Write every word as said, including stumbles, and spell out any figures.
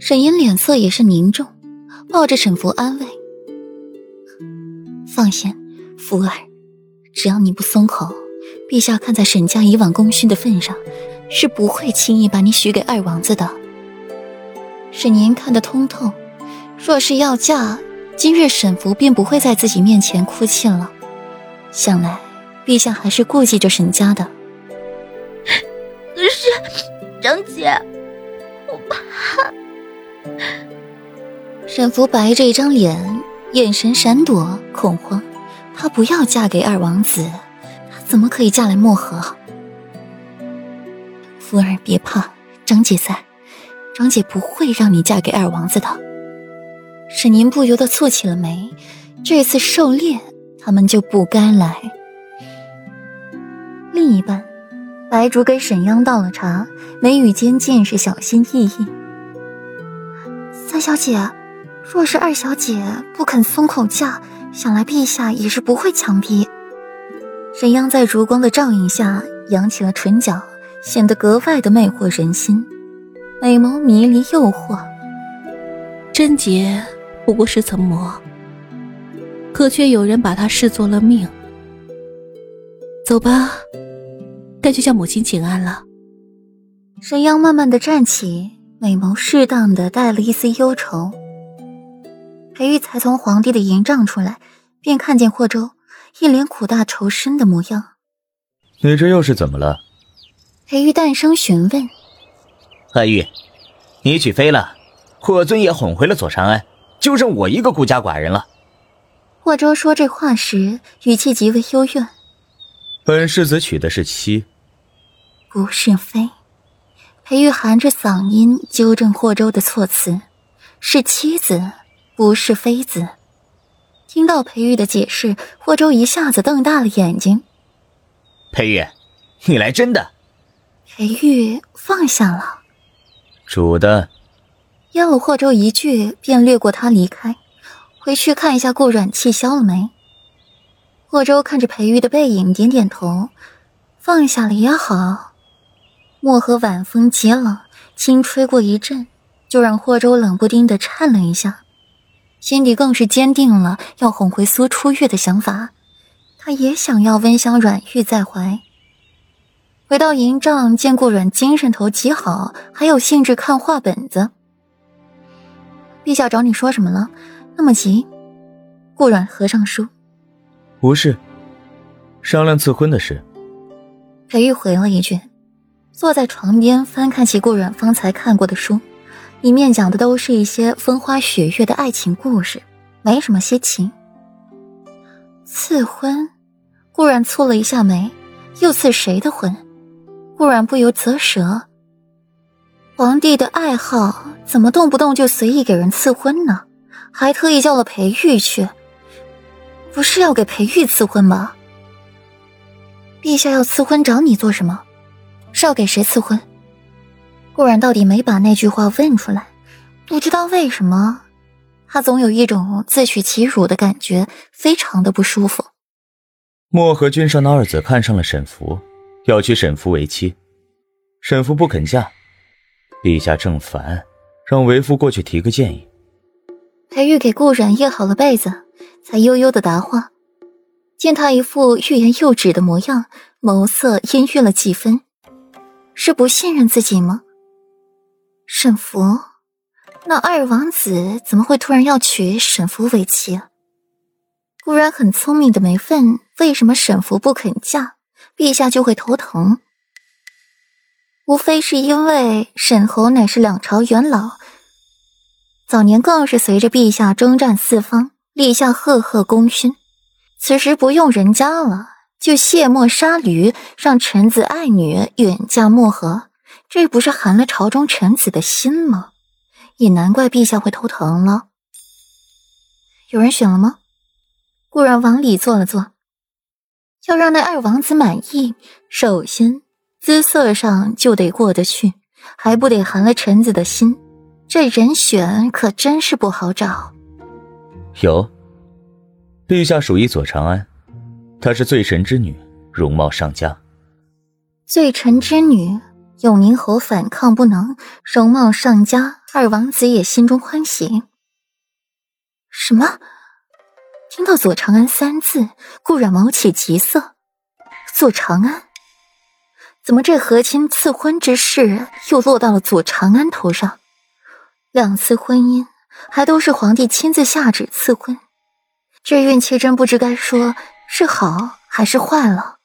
沈吟脸色也是凝重，抱着沈福安慰：放心，福儿，只要你不松口，陛下看在沈家以往功勋的份上，是不会轻易把你许给二王子的。沈吟看得通透，若是要嫁，今日沈福便不会在自己面前哭泣了。想来陛下还是顾忌着沈家的。 可是长姐，我怕。 沈福白着一张脸，眼神闪躲恐慌。她不要嫁给二王子，她怎么可以嫁来漠河？福儿别怕，长姐在，长姐不会让你嫁给二王子的。沈吟不由得蹙起了眉，这次狩猎他们就不该来。另一半，白竹给沈央倒了茶，眉宇间尽是小心翼翼。三小姐，若是二小姐不肯松口嫁，想来陛下也是不会强逼。沈央在烛光的照映下扬起了唇角，显得格外的魅惑人心，美眸迷离诱惑。 贞洁不过是层膜，可却有人把它视作了命。走吧，该去向母亲请安了。 沈央慢慢地站起，美眸适当地带了一丝忧愁。裴玉才从皇帝的营帐出来，便看见霍州一脸苦大仇深的模样。 你这又是怎么了？ 裴玉淡声询问。 爱玉，你娶妃了，霍尊也哄回了左长安，就剩我一个孤家寡人了。 霍州说这话时语气极为幽怨。 本世子娶的是妻， 不是妃。裴玉含着嗓音纠正霍州的措辞，是妻子，不是妃子。听到裴玉的解释，霍州一下子瞪大了眼睛。 裴玉，你来真的？ 裴玉放下了。 主的。 咽了霍州一句，便掠过他离开，回去看一下顾阮气消了没。霍州看着裴玉的背影，点点头，放下了也好。漠河晚风极冷，轻吹过一阵，就让霍州冷不丁地颤了一下，心底更是坚定了要哄回苏初月的想法。他也想要温香软玉在怀。回到营帐，见顾阮精神头极好，还有兴致看画本子。陛下找你说什么了？那么急？顾阮合上书。 无事，商量赐婚的事。 裴玉回了一句，坐在床边翻看起顾阮方才看过的书，里面讲的都是一些风花雪月的爱情故事，没什么稀奇。赐婚？顾阮蹙了一下眉，又赐谁的婚？顾阮不由啧舌。皇帝的爱好怎么动不动就随意给人赐婚呢？还特意叫了裴玉去，不是要给裴玉赐婚吧？陛下要赐婚找你做什么？是要给谁赐婚？顾阮到底没把那句话问出来，不知道为什么，他总有一种自取其辱的感觉，非常的不舒服。 漠河君上的二子看上了沈福，要娶沈福为妻，沈福不肯嫁，陛下正烦，让为夫过去提个建议。 裴玉给顾阮掖好了被子，才悠悠的答话。见他一副欲言又止的模样，眸色阴郁了几分。是不信任自己吗？沈福，那二王子怎么会突然要娶沈福为妻啊？顾然很聪明的没问为什么沈福不肯嫁，陛下就会头疼。无非是因为沈侯乃是两朝元老，早年更是随着陛下征战四方，立下赫赫功勋，此时不用人家了，就卸磨杀驴，让臣子爱女远嫁漠河，这不是寒了朝中臣子的心吗？也难怪陛下会头疼了。有人选了吗？顾然往里坐了坐。要让那二王子满意，首先姿色上就得过得去，还不得寒了臣子的心，这人选可真是不好找。 有，陛下属意左长安，她是罪臣之女，容貌上佳。 罪臣之女，永宁侯反抗不能，容貌上佳， 二王子也心中欢喜。什么？听到左长安三字，顾阮毛起急色。左长安？怎么这和亲赐婚之事又落到了左长安头上？两次婚姻还都是皇帝亲自下旨赐婚，这运气真不知该说是好还是坏了。